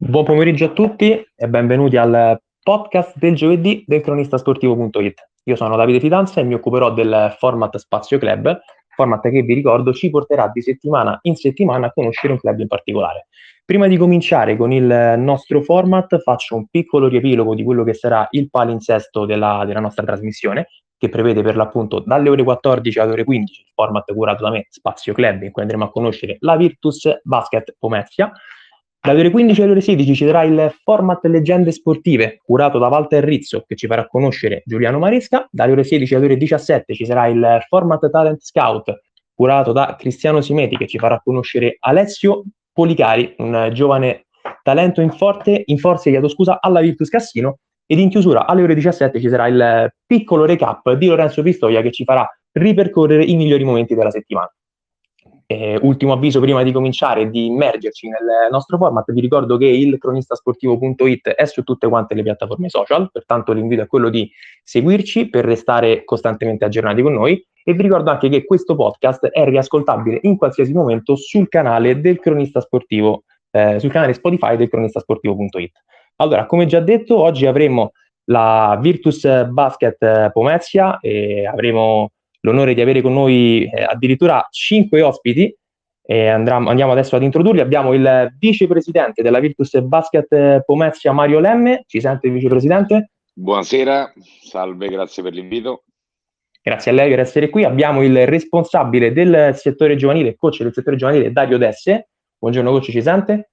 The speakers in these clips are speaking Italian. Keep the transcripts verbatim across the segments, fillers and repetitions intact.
Buon pomeriggio a tutti e benvenuti al podcast del giovedì del cronistasportivo punto it. Io sono Davide Fidanza e mi occuperò del format Spazio Club, format che vi ricordo ci porterà di settimana in settimana a conoscere un club in particolare. Prima di cominciare con il nostro format faccio un piccolo riepilogo di quello che sarà il palinsesto della, della nostra trasmissione, che prevede per l'appunto dalle ore quattordici alle ore quindici, il format curato da me, Spazio Club, in cui andremo a conoscere la Virtus Basket Pomezia. Dalle ore quindici alle ore sedici ci sarà il format Leggende Sportive, curato da Walter Rizzo, che ci farà conoscere Giuliano Maresca. Dalle ore sedici alle ore diciassette ci sarà il format Talent Scout, curato da Cristiano Simeti, che ci farà conoscere Alessio Policari, un giovane talento in, forte, in forze chiedo scusa, alla Virtus Cassino. Ed in chiusura alle ore diciassette ci sarà il piccolo recap di Lorenzo Pistoia, che ci farà ripercorrere i migliori momenti della settimana. Eh, ultimo avviso prima di cominciare e di immergerci nel nostro format, vi ricordo che il cronistasportivo punto it è su tutte quante le piattaforme social, pertanto l'invito è quello di seguirci per restare costantemente aggiornati con noi, e vi ricordo anche che questo podcast è riascoltabile in qualsiasi momento sul canale del cronista sportivo, eh, sul canale Spotify del cronistasportivo punto it. Allora, come già detto, oggi avremo la Virtus Basket Pomezia e avremo l'onore di avere con noi eh, addirittura cinque ospiti e andremo, andiamo adesso ad introdurli. Abbiamo il vicepresidente della Virtus Basket Pomezia, Mario Lemme. Ci sente il vicepresidente? Buonasera, salve, grazie per l'invito. Grazie a lei per essere qui. Abbiamo il responsabile del settore giovanile, coach del settore giovanile, Dario Desse. Buongiorno coach, ci sente?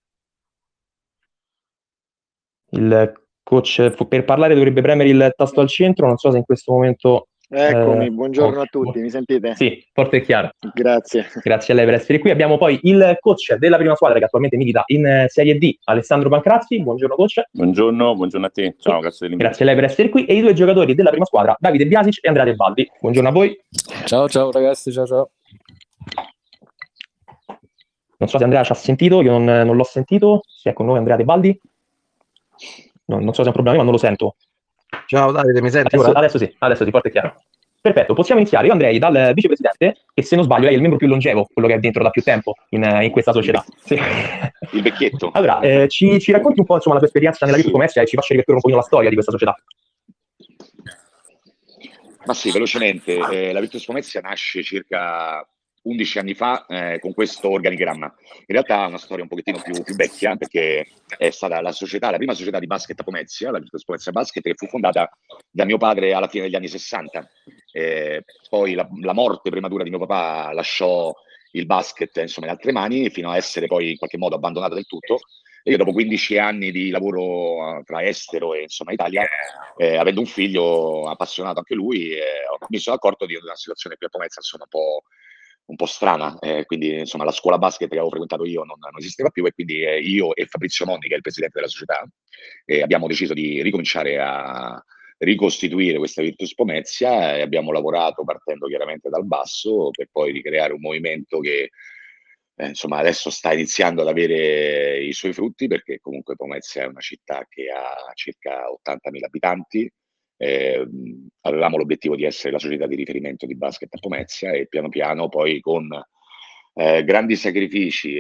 Il coach per parlare dovrebbe premere il tasto al centro, non so se in questo momento... Eccomi, eh, buongiorno oh, a tutti, mi sentite? Sì, forte e chiaro. Grazie. Grazie a lei per essere qui. Abbiamo poi il coach della prima squadra che attualmente milita in Serie D, Alessandro Pancrazzi. Buongiorno coach. Buongiorno, buongiorno a te. Ciao, grazie dell'invito. Grazie a lei per essere qui. E i due giocatori della prima squadra, Davide Biasic e Andrea Tebaldi. Buongiorno a voi. Ciao, ciao ragazzi, ciao ciao. Non so se Andrea ci ha sentito, io non, non l'ho sentito. Se è con noi Andrea Tebaldi. No, non so se è un problema, ma non lo sento. Ciao Davide, mi senti adesso, ora? Adesso sì, adesso sì, forte e chiaro. Perfetto, possiamo iniziare. Io andrei dal vicepresidente, che se non sbaglio è il membro più longevo, quello che è dentro da più tempo in, in questa società. Sì. Il vecchietto. Allora, eh, ci, ci racconti un po' insomma la tua esperienza nella Virtus Pomezia e ci faccia ripercorrere un pochino la storia di questa società. Ma sì, velocemente, eh, la Virtus Pomezia nasce circa undici anni fa eh, con questo organigramma. In realtà è una storia un pochettino più, più vecchia, perché è stata la società, la prima società di basket a Pomezia, la Virtus Pomezia Basket, che fu fondata da mio padre alla fine degli anni sessanta. Eh, poi la, la morte prematura di mio papà lasciò il basket insomma in altre mani, fino a essere poi in qualche modo abbandonata del tutto. E io dopo quindici anni di lavoro uh, tra estero e insomma Italia, eh, avendo un figlio appassionato anche lui, eh, mi sono accorto di una situazione qui a Pomezia insomma un po', un po' strana, eh, quindi insomma la scuola basket che avevo frequentato io non, non esisteva più, e quindi eh, io e Fabrizio Monni, che è il presidente della società, eh, abbiamo deciso di ricominciare a ricostituire questa Virtus Pomezia, e abbiamo lavorato partendo chiaramente dal basso per poi ricreare un movimento che eh, insomma adesso sta iniziando ad avere i suoi frutti, perché comunque Pomezia è una città che ha circa ottantamila abitanti. Eh, avevamo l'obiettivo di essere la società di riferimento di basket a Pomezia, e piano piano poi con eh, grandi sacrifici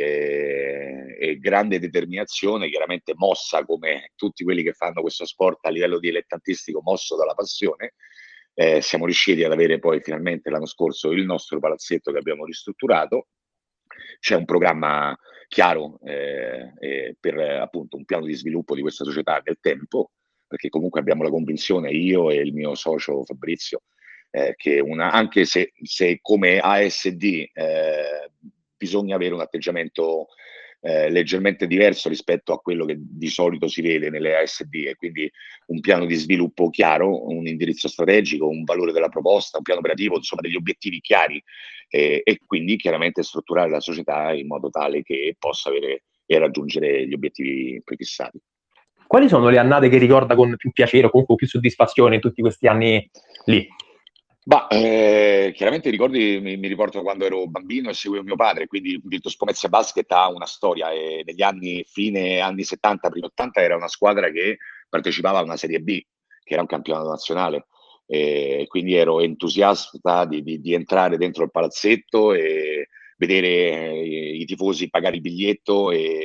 e, e grande determinazione, chiaramente mossa come tutti quelli che fanno questo sport a livello dilettantistico, mosso dalla passione, eh, siamo riusciti ad avere poi finalmente l'anno scorso il nostro palazzetto che abbiamo ristrutturato. C'è un programma chiaro eh, eh, per appunto un piano di sviluppo di questa società nel tempo, perché comunque abbiamo la convinzione, io e il mio socio Fabrizio, eh, che una, anche se, se come A S D eh, bisogna avere un atteggiamento eh, leggermente diverso rispetto a quello che di solito si vede nelle A S D, e quindi un piano di sviluppo chiaro, un indirizzo strategico, un valore della proposta, un piano operativo, insomma degli obiettivi chiari, eh, e quindi chiaramente strutturare la società in modo tale che possa avere e raggiungere gli obiettivi prefissati. Quali sono le annate che ricorda con più piacere o comunque più soddisfazione in tutti questi anni lì? Bah, eh, chiaramente i ricordi mi, mi riporto quando ero bambino e seguivo mio padre, quindi Virtus Pomezia Basket ha una storia, e negli anni, fine anni settanta, primi ottanta, era una squadra che partecipava a una Serie B, che era un campionato nazionale, e quindi ero entusiasta di, di, di entrare dentro il palazzetto e vedere i, i tifosi pagare il biglietto e,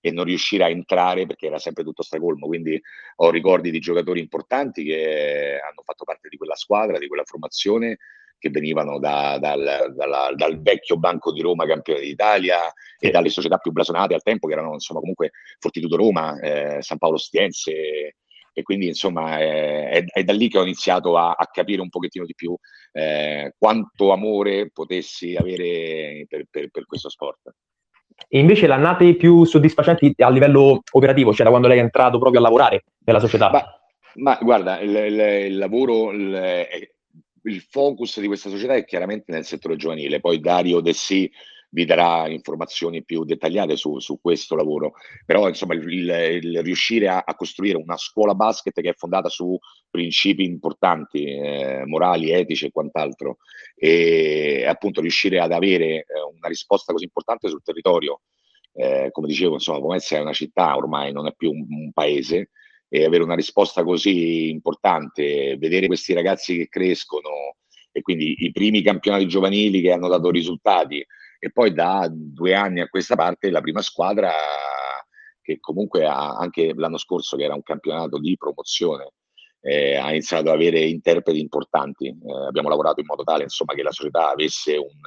e non riuscire a entrare perché era sempre tutto stracolmo. Quindi ho ricordi di giocatori importanti che hanno fatto parte di quella squadra, di quella formazione, che venivano da, dal, dalla, dal vecchio Banco di Roma campione d'Italia Sì. e dalle società più blasonate al tempo, che erano insomma comunque Fortitudo Roma, eh, San Paolo Stiense, e quindi insomma eh, è, è da lì che ho iniziato a, a capire un pochettino di più eh, quanto amore potessi avere per, per, per questo sport. E invece le annate più soddisfacenti a livello operativo, cioè da quando lei è entrato proprio a lavorare nella società? Ma, ma guarda, il, il, il lavoro, il, il focus di questa società è chiaramente nel settore giovanile, poi Dario De Sì vi darà informazioni più dettagliate su, su questo lavoro, però insomma il, il, il riuscire a, a costruire una scuola basket che è fondata su principi importanti, eh, morali, etici e quant'altro, e appunto riuscire ad avere eh, una risposta così importante sul territorio, eh, come dicevo, insomma Pomezia è una città ormai, non è più un, un paese, e avere una risposta così importante, vedere questi ragazzi che crescono e quindi i primi campionati giovanili che hanno dato risultati, e poi da due anni a questa parte la prima squadra che comunque ha, anche l'anno scorso, che era un campionato di promozione, eh, ha iniziato ad avere interpreti importanti. Eh, abbiamo lavorato in modo tale insomma che la società avesse un,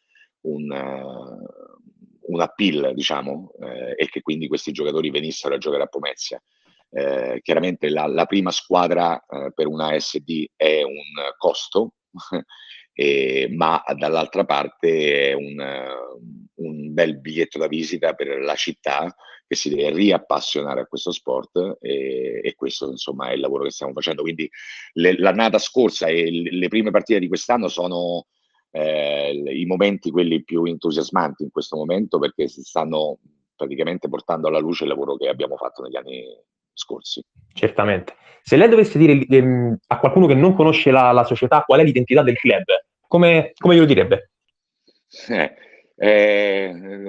un, un appeal, diciamo, eh, e che quindi questi giocatori venissero a giocare a Pomezia. Eh, chiaramente la, la prima squadra eh, per una A S D è un costo, eh, ma dall'altra parte è un, un bel biglietto da visita per la città che si deve riappassionare a questo sport, e, e questo insomma è il lavoro che stiamo facendo. Quindi le, l'annata scorsa e le, le prime partite di quest'anno sono eh, i momenti quelli più entusiasmanti in questo momento, perché si stanno praticamente portando alla luce il lavoro che abbiamo fatto negli anni scorsi. Certamente. Se lei dovesse dire ehm, a qualcuno che non conosce la, la società qual è l'identità del club, come, come glielo direbbe? Eh, eh,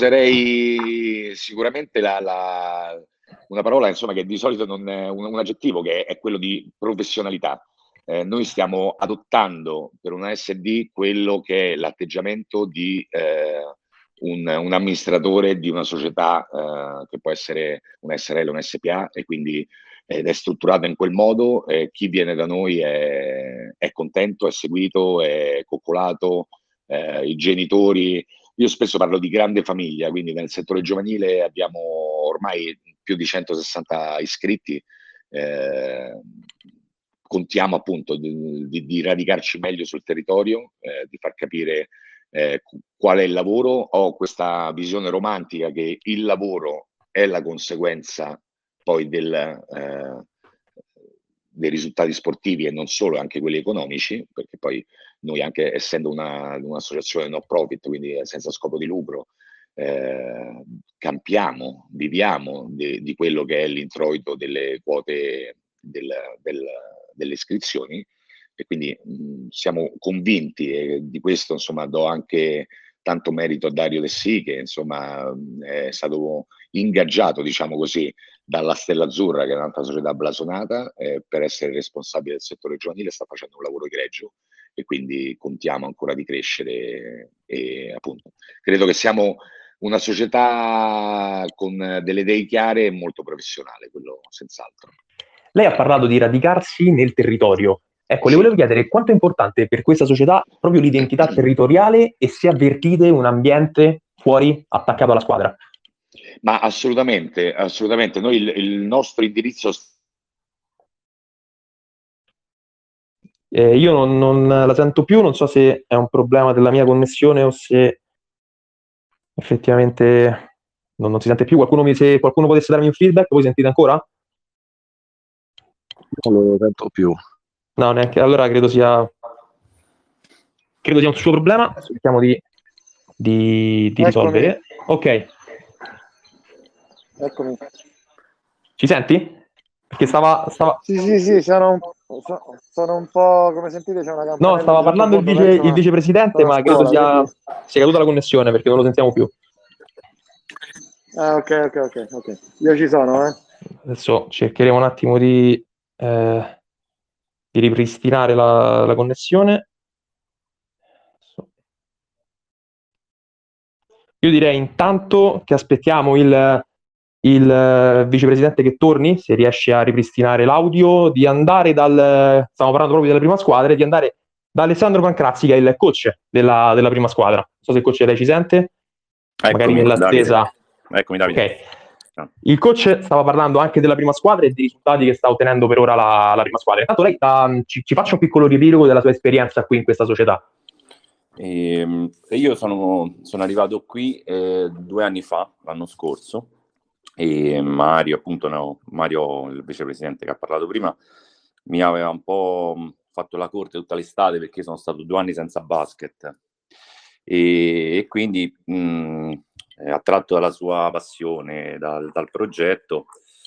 userei sicuramente la, la, una parola insomma che di solito non è un, un aggettivo, che è quello di professionalità. Eh, noi stiamo adottando per una A S D quello che è l'atteggiamento di eh, un, un amministratore di una società eh, che può essere un S R L, un S P A, e quindi ed è strutturata in quel modo. Eh, chi viene da noi è, è contento, è seguito, è coccolato, eh, i genitori. Io spesso parlo di grande famiglia, quindi nel settore giovanile abbiamo ormai più di centosessanta iscritti. Eh, contiamo appunto di, di, di radicarci meglio sul territorio, eh, di far capire eh, qual è il lavoro. Ho questa visione romantica che il lavoro è la conseguenza poi del, eh, dei risultati sportivi, e non solo, anche quelli economici, perché poi noi, anche essendo una, un'associazione no profit, quindi senza scopo di lucro, eh, campiamo, viviamo di, di quello che è l'introito delle quote del, del, delle iscrizioni, e quindi mh, siamo convinti, e di questo insomma do anche tanto merito a Dario De Sì, che insomma è stato ingaggiato, diciamo così, dalla Stella Azzurra, che è un'altra società blasonata, eh, per essere responsabile del settore giovanile. Sta facendo un lavoro egregio e quindi contiamo ancora di crescere, e appunto credo che siamo una società con delle idee chiare e molto professionale, quello senz'altro. Lei ha parlato di radicarsi nel territorio. Ecco, le Sì. volevo chiedere quanto è importante per questa società proprio l'identità territoriale, e se avvertite un ambiente fuori attaccato alla squadra. Ma assolutamente, assolutamente. Noi il, il nostro indirizzo... Eh, io non, non la sento più, non so se è un problema della mia connessione o se effettivamente non, non si sente più. Qualcuno mi, se qualcuno potesse darmi un feedback, voi sentite ancora? Non lo sento più. No, neanche. Allora credo sia credo sia un suo problema. Cerchiamo di, di, di risolvere. Ok. Eccomi. Ci senti? Perché stava... stava... Sì, sì, sì, sono un, sono un po', come sentite, c'è una campanella. No, stava parlando il, vice, il vicepresidente, ma credo sia, sia caduta la connessione, perché non lo sentiamo più. Ah, ok, ok, ok, ok. Io ci sono, eh. Adesso cercheremo un attimo di, eh, di ripristinare la, la connessione. Io direi intanto che aspettiamo il, il eh, vicepresidente che torni, se riesce a ripristinare l'audio, di andare dal, stiamo parlando proprio della prima squadra, di andare da Alessandro Pancrazzi, che è il coach della, della prima squadra. Non so se il coach lei ci sente, magari Eccomi, nell'attesa. Davide. Eccomi, Davide. Ok. Il coach stava parlando anche della prima squadra e dei risultati che sta ottenendo per ora la, la prima squadra. Intanto lei um, ci, ci faccia un piccolo riepilogo della sua esperienza qui in questa società. E, e io sono, sono arrivato qui eh, due anni fa, l'anno scorso, e Mario, appunto, no, Mario, il vicepresidente che ha parlato prima, mi aveva un po' fatto la corte tutta l'estate perché sono stato due anni senza basket e, e quindi mh, attratto dalla sua passione, dal, dal progetto,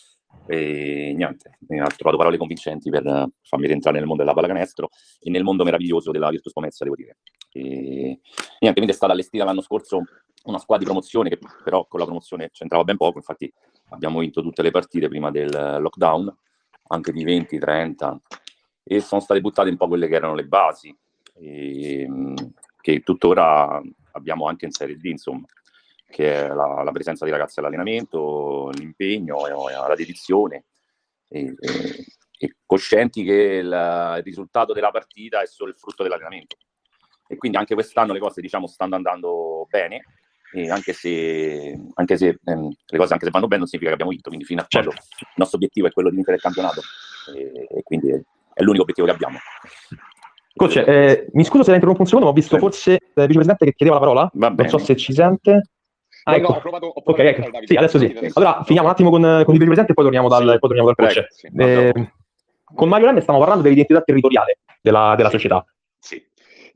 e niente, ha trovato parole convincenti per farmi rientrare nel mondo della pallacanestro e nel mondo meraviglioso della Virtus Pomezia, devo dire. E niente, quindi è stata allestita l'anno scorso una squadra di promozione che però con la promozione c'entrava ben poco, infatti abbiamo vinto tutte le partite prima del lockdown, anche di venti trenta, e sono state buttate un po' quelle che erano le basi, e, che tuttora abbiamo anche in Serie D, insomma, che è la, la presenza di ragazzi all'allenamento, l'impegno, la dedizione, e, e, e coscienti che il, il risultato della partita è solo il frutto dell'allenamento. E quindi anche quest'anno le cose, diciamo, stanno andando bene, e anche se, anche se ehm, le cose anche se vanno bene non significa che abbiamo vinto, quindi fino a quando il nostro obiettivo è quello di vincere il campionato, e, e quindi è, è l'unico obiettivo che abbiamo. Coach, eh, mi scuso se la interrompo un secondo, ma ho visto forse il vicepresidente che chiedeva la parola, Va non so bene. se ci sente. Ah, No, ecco. no, ho provato, ho provato Ok, a ecco. Davide. Sì, adesso sì. Allora finiamo un attimo con, con il vicepresidente e poi torniamo dal, Sì, poi torniamo dal coach. prego, sì. Eh, con Mario Lemme stiamo parlando dell'identità territoriale della, della Sì. società. Sì.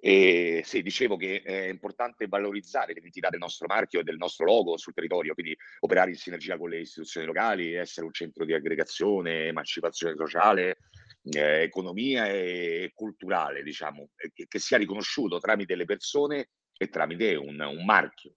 E sì, dicevo che è importante valorizzare l'identità del nostro marchio e del nostro logo sul territorio, quindi operare in sinergia con le istituzioni locali, essere un centro di aggregazione, emancipazione sociale, eh, economia e culturale, diciamo, che, che sia riconosciuto tramite le persone e tramite un, un marchio.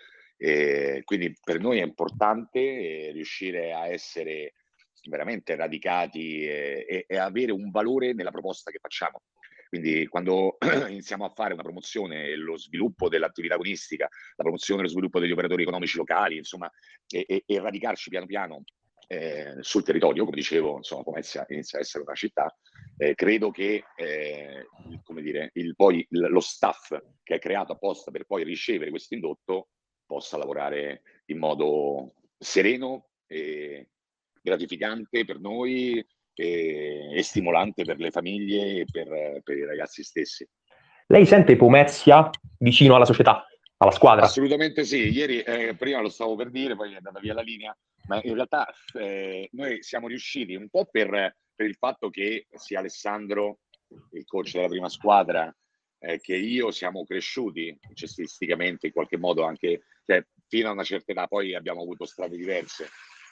Eh, quindi per noi è importante eh, riuscire a essere veramente radicati e, e, e avere un valore nella proposta che facciamo. Quindi quando iniziamo a fare una promozione e lo sviluppo dell'attività agonistica, la promozione e lo sviluppo degli operatori economici locali, insomma, e, e, e radicarci piano piano eh, sul territorio, come dicevo, insomma, Pomezia inizia a essere una città, eh, credo che eh, come dire, il, poi il, lo staff che è creato apposta per poi ricevere questo indotto possa lavorare in modo sereno e gratificante per noi e, e stimolante per le famiglie e per, per i ragazzi stessi. Lei sente Pomezia vicino alla società, alla squadra? Assolutamente sì, ieri eh, prima lo stavo per dire, poi è andata via la linea, ma in realtà eh, noi siamo riusciti un po' per, per il fatto che sia Alessandro, il coach della prima squadra, eh, che io siamo cresciuti cestisticamente in qualche modo anche, cioè, fino a una certa età, poi abbiamo avuto strade diverse.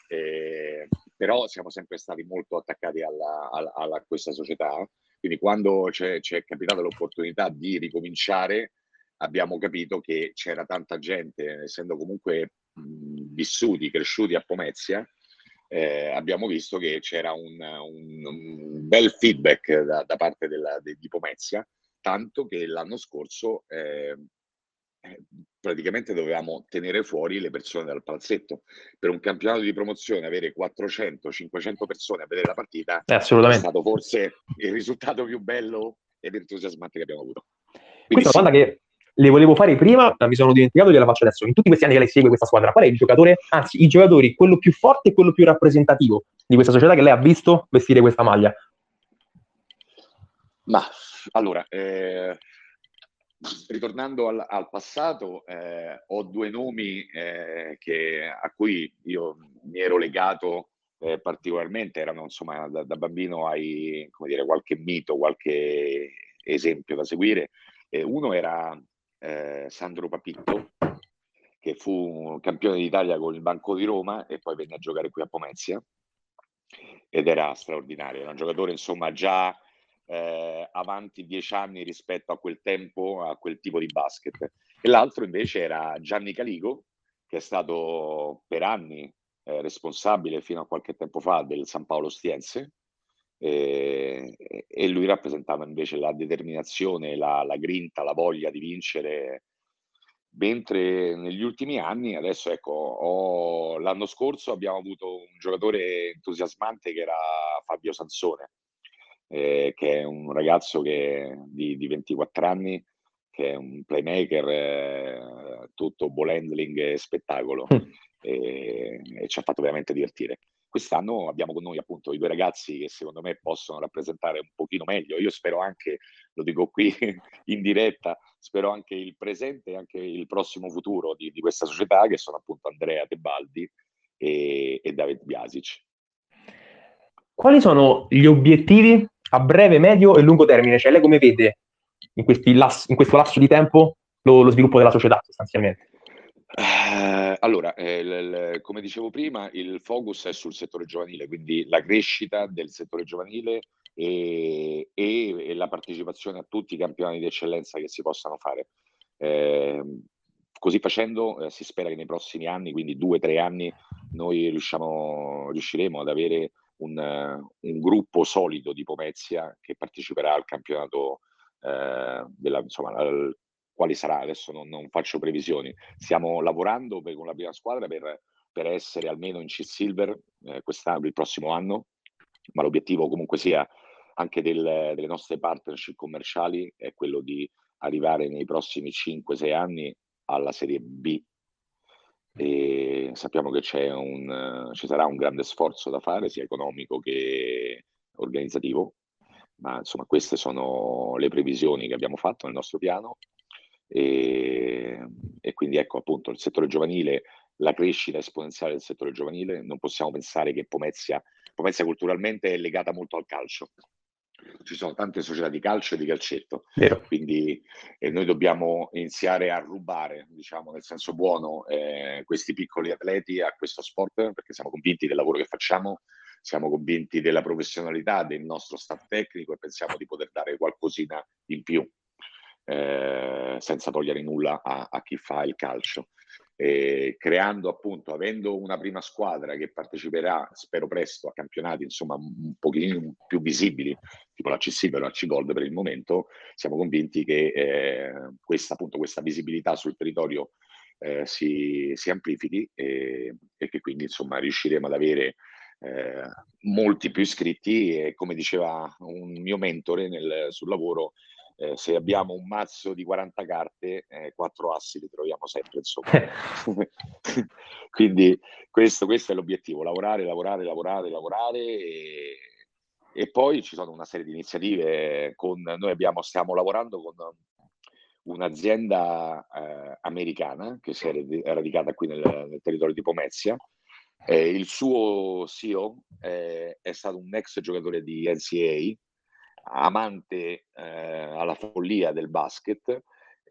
Eh, però siamo sempre stati molto attaccati alla, alla, alla questa società, quindi quando ci è capitata l'opportunità di ricominciare abbiamo capito che c'era tanta gente, essendo comunque mh, vissuti, cresciuti a Pomezia, eh, abbiamo visto che c'era un, un, un bel feedback da, da parte della, de, di Pomezia, tanto che l'anno scorso eh, praticamente dovevamo tenere fuori le persone dal palazzetto. Per un campionato di promozione avere quattrocento cinquecento persone a vedere la partita eh, è assolutamente. stato forse il risultato più bello ed entusiasmante che abbiamo avuto. Quindi Quindi questa è una domanda sì, che le volevo fare prima, ma mi sono dimenticato e gliela faccio adesso. In tutti questi anni che lei segue questa squadra, qual è il giocatore, anzi i giocatori, quello più forte e quello più rappresentativo di questa società che lei ha visto vestire questa maglia? Ma allora, eh, ritornando al, al passato, eh, ho due nomi eh, che, a cui io mi ero legato eh, particolarmente, erano insomma da, da bambino hai come dire, qualche mito, qualche esempio da seguire. Eh, uno era eh, Sandro Papitto, che fu campione d'Italia con il Banco di Roma e poi venne a giocare qui a Pomezia ed era straordinario, era un giocatore insomma già eh, avanti dieci anni rispetto a quel tempo, a quel tipo di basket. E l'altro invece era Gianni Caligo, che è stato per anni eh, responsabile fino a qualche tempo fa del San Paolo Ostiense, e, e lui rappresentava invece la determinazione, la, la grinta, la voglia di vincere mentre negli ultimi anni, adesso ecco, ho, l'anno scorso abbiamo avuto un giocatore entusiasmante che era Fabio Sansone, eh, che è un ragazzo che, di, di ventiquattro anni, che è un playmaker, eh, tutto ball handling e spettacolo, e, e ci ha fatto veramente divertire. Quest'anno abbiamo con noi appunto i due ragazzi che secondo me possono rappresentare un pochino meglio. Io spero anche, lo dico qui in diretta, spero anche il presente e anche il prossimo futuro di, di questa società, che sono appunto Andrea Tebaldi e, e David Biasic. Quali sono gli obiettivi a breve, medio e lungo termine? Cioè lei come vede in, questi las- in questo lasso di tempo lo, lo sviluppo della società sostanzialmente? Eh, allora, eh, l- l- come dicevo prima, il focus è sul settore giovanile, quindi la crescita del settore giovanile e, e- e la partecipazione a tutti i campionati di eccellenza che si possano fare. Eh, così facendo, eh, si spera che nei prossimi anni, quindi due o tre anni, noi riusciamo, riusciremo ad avere un, eh, un gruppo solido di Pomezia che parteciperà al campionato, eh, della, insomma, al- quali sarà, adesso non, non faccio previsioni. Stiamo lavorando per, con la prima squadra per, per essere almeno in C-Silver eh, quest'anno, il prossimo anno, ma l'obiettivo comunque sia anche del, delle nostre partnership commerciali è quello di arrivare nei prossimi cinque sei anni alla Serie B. E sappiamo che c'è un, ci sarà un grande sforzo da fare, sia economico che organizzativo, ma insomma queste sono le previsioni che abbiamo fatto nel nostro piano. E, e quindi ecco appunto il settore giovanile, la crescita esponenziale del settore giovanile. Non possiamo pensare che Pomezia, Pomezia culturalmente è legata molto al calcio. Ci sono tante società di calcio e di calcetto, Vero. quindi eh, noi dobbiamo iniziare a rubare, diciamo nel senso buono, eh, questi piccoli atleti a questo sport, perché siamo convinti del lavoro che facciamo, siamo convinti della professionalità del nostro staff tecnico e pensiamo di poter dare qualcosina in più, eh, senza togliere nulla a, a chi fa il calcio. Eh, creando appunto, avendo una prima squadra che parteciperà, spero presto, a campionati insomma un pochino più visibili, tipo la C-Silver o la C-Gold per il momento, siamo convinti che eh, questa, appunto, questa visibilità sul territorio eh, si, si amplifichi e, e che quindi insomma riusciremo ad avere eh, molti più iscritti e, come diceva un mio mentore nel, sul lavoro, eh, se abbiamo un mazzo di quaranta carte, eh, quattro assi li troviamo sempre, insomma. Quindi questo, questo è l'obiettivo: lavorare, lavorare, lavorare, lavorare e, e poi ci sono una serie di iniziative. Con, noi abbiamo, stiamo lavorando con un'azienda eh, americana che si è radicata qui nel, nel territorio di Pomezia. Eh, il suo C E O eh, è stato un ex giocatore di N C A A, amante eh, alla follia del basket,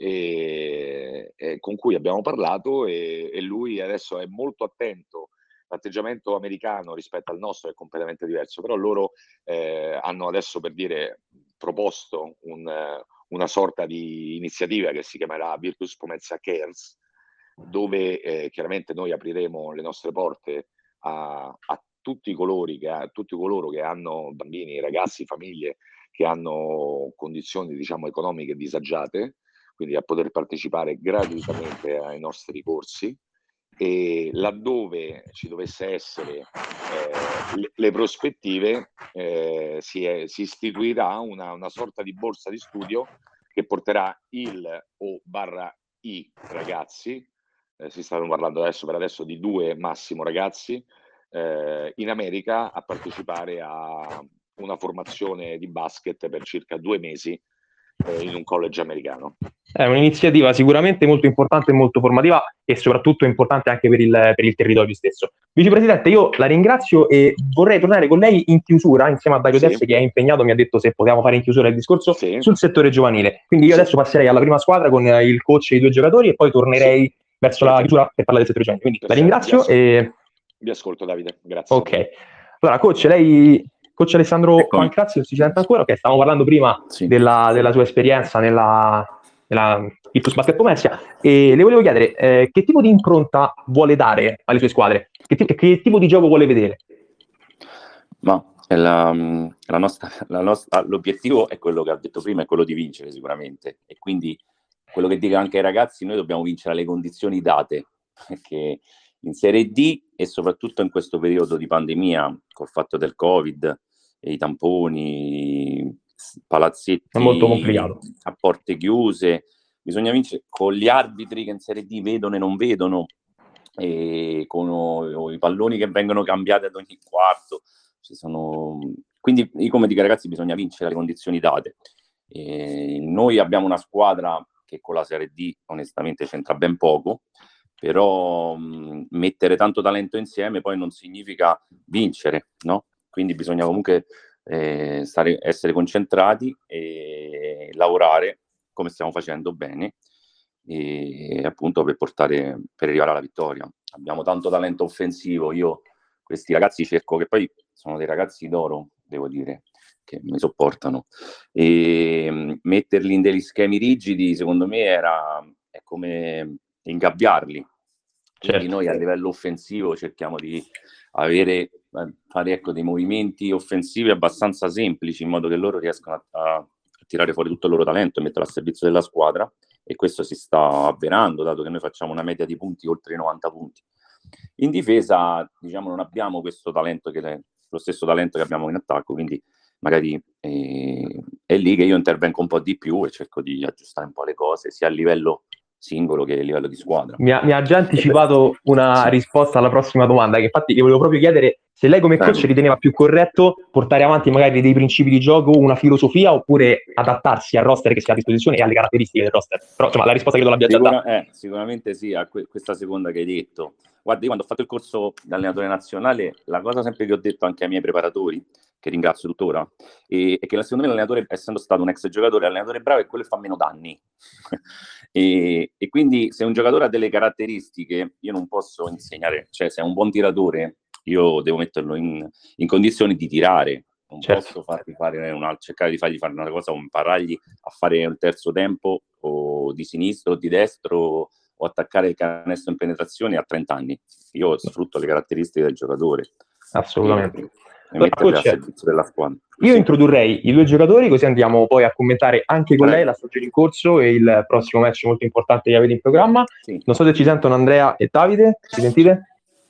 e, e con cui abbiamo parlato e, e lui adesso è molto attento. L'atteggiamento americano rispetto al nostro è completamente diverso, però loro eh, hanno adesso, per dire, proposto un, una sorta di iniziativa che si chiamerà Virtus Pomezia Cares, dove eh, chiaramente noi apriremo le nostre porte a, a tutti colori che, a tutti coloro che hanno bambini, ragazzi, famiglie che hanno condizioni, diciamo, economiche disagiate, quindi a poter partecipare gratuitamente ai nostri corsi. E laddove ci dovesse essere eh, le, le prospettive, eh, si, è, si istituirà una, una sorta di borsa di studio che porterà il o barra i ragazzi, eh, si stanno parlando adesso per adesso di due massimo ragazzi, eh, in America a partecipare a una formazione di basket per circa due mesi eh, in un college americano. È un'iniziativa sicuramente molto importante e molto formativa e soprattutto importante anche per il, per il territorio stesso. Vicepresidente, io la ringrazio e vorrei tornare con lei in chiusura insieme a Dario Sì. Tesse, che è impegnato, mi ha detto se potevamo fare in chiusura il discorso Sì. sul settore giovanile. Quindi io Sì. adesso passerei alla prima squadra con il coach e i due giocatori e poi tornerei Sì. verso Perfetto. la chiusura per parlare del settore giovanile. Quindi Perfetto. la ringrazio Vi ascolto. e... Vi ascolto, Davide, grazie. Ok. Allora, coach, lei... Coach Alessandro Eccomi. Pancrazio, si sente ancora? Ok, stavamo parlando prima Sì. della, della sua esperienza nella, nella Virtus Basket Pomezia e le volevo chiedere eh, che tipo di impronta vuole dare alle sue squadre? Che, t- che tipo di gioco vuole vedere? Ma la, la nostra, la nostra, l'obiettivo è quello che ha detto prima, è quello di vincere sicuramente, e quindi quello che dico anche ai ragazzi, noi dobbiamo vincere alle condizioni date, perché in Serie D e soprattutto in questo periodo di pandemia, col fatto del Covid e i tamponi, palazzetti è molto complicato a porte chiuse, bisogna vincere con gli arbitri che in Serie D vedono e non vedono, e con o, i palloni che vengono cambiati ad ogni quarto, ci sono... quindi io come dico ragazzi, bisogna vincere alle condizioni date. E noi abbiamo una squadra che con la Serie D onestamente c'entra ben poco, però mh, mettere tanto talento insieme poi non significa vincere, no? Quindi bisogna comunque eh, stare, essere concentrati e lavorare come stiamo facendo bene, e appunto per portare, per arrivare alla vittoria. Abbiamo tanto talento offensivo, io questi ragazzi cerco, che poi sono dei ragazzi d'oro, devo dire, che mi sopportano, e mh, metterli in degli schemi rigidi secondo me era è come ingabbiarli. Quindi certo. noi a livello offensivo cerchiamo di avere fare ecco dei movimenti offensivi abbastanza semplici, in modo che loro riescano a, a tirare fuori tutto il loro talento e metterlo a servizio della squadra, e questo si sta avverando, dato che noi facciamo una media di punti oltre i novanta punti. In difesa, diciamo, non abbiamo questo talento, che le, lo stesso talento che abbiamo in attacco, quindi magari eh, è lì che io intervengo un po' di più e cerco di aggiustare un po' le cose, sia a livello singolo che a livello di squadra. Mi ha, mi ha già anticipato una sì. risposta alla prossima domanda, che infatti io volevo proprio chiedere se lei come coach riteneva più corretto portare avanti magari dei principi di gioco, una filosofia, oppure adattarsi al roster che si ha a disposizione e alle caratteristiche del roster. Però insomma la risposta credo l'abbia già Sicura, data. eh, sicuramente sì, a que- questa seconda che hai detto. Guarda, io quando ho fatto il corso da allenatore nazionale, la cosa sempre che ho detto anche ai miei preparatori, che ringrazio tuttora, è, è che secondo me l'allenatore, essendo stato un ex giocatore, l'allenatore bravo è quello che fa meno danni. e, e quindi se un giocatore ha delle caratteristiche, io non posso insegnare, cioè se è un buon tiratore, io devo metterlo in, in condizioni di tirare, non certo. posso fargli fare una, cercare di fargli fare una cosa o imparargli a fare un terzo tempo o di sinistro o di destro o attaccare il canestro in penetrazione a trenta anni. Io sfrutto le caratteristiche del giocatore. Assolutamente. E, e allora, metterle coach, a servizio della squadra. Io sì. introdurrei i due giocatori, così andiamo poi a commentare anche con Prego. lei la stagione in corso e il prossimo match molto importante che avete in programma. Sì. Non so se ci sentono Andrea e Davide, ci sentite?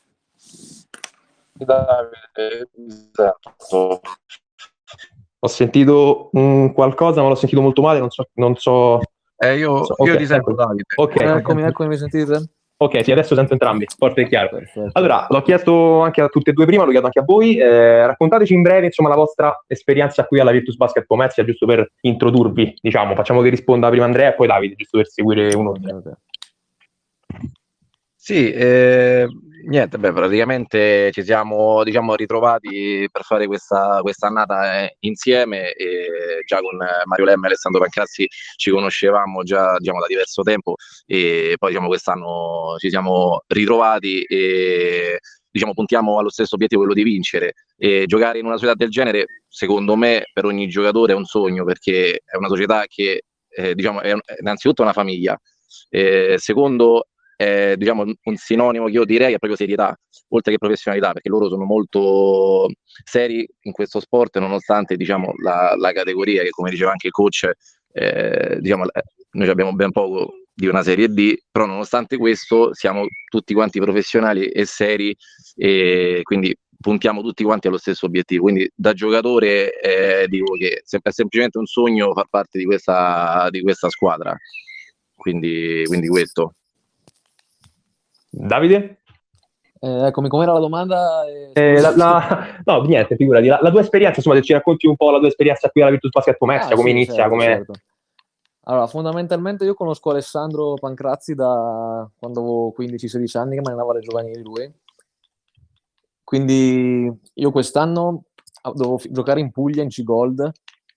Davide, esatto. Ho sentito um, qualcosa, ma l'ho sentito molto male, non so... Non so... Eh, io, so, io okay, ti sento, Davide. Ok, eccomi, eccomi, mi sentite? Ok, sì, adesso sento entrambi, forte e chiaro. Perfetto. Allora, l'ho chiesto anche a tutte e due prima, l'ho chiesto anche a voi. Eh, raccontateci in breve, insomma, la vostra esperienza qui alla Virtus Basket Pomezia, giusto per introdurvi, diciamo. Facciamo che risponda prima Andrea e poi Davide, giusto per seguire uno. Okay, okay. Sì, eh, niente, beh, praticamente ci siamo, diciamo, ritrovati per fare questa quest'annata eh, insieme, e già con Mario Lemma e Alessandro Pancrazzi ci conoscevamo già, diciamo, da diverso tempo, e poi diciamo quest'anno ci siamo ritrovati e diciamo puntiamo allo stesso obiettivo, quello di vincere. E giocare in una società del genere, secondo me, per ogni giocatore è un sogno, perché è una società che eh, diciamo è, è innanzitutto una famiglia, eh, secondo Eh, diciamo un sinonimo che io direi è proprio serietà, oltre che professionalità, perché loro sono molto seri in questo sport, nonostante diciamo la, la categoria che, come diceva anche il coach, eh, diciamo noi abbiamo ben poco di una serie D, però nonostante questo siamo tutti quanti professionali e seri, e quindi puntiamo tutti quanti allo stesso obiettivo. Quindi da giocatore eh, dico che è semplicemente un sogno far parte di questa, di questa squadra, quindi, quindi questo. Davide? Eh, eccomi, com'era la domanda? Eh, la, la, no, niente, figurati. La, la tua esperienza, insomma, se ci racconti un po' la tua esperienza qui alla Virtus Basket Pomezia, ah, come sì, inizia, certo, come... certo. Allora, fondamentalmente io conosco Alessandro Pancrazzi da quando avevo quindici sedici anni, che mi allenavo alle giovanili lui. Quindi io quest'anno dovevo f- giocare in Puglia, in C-Gold,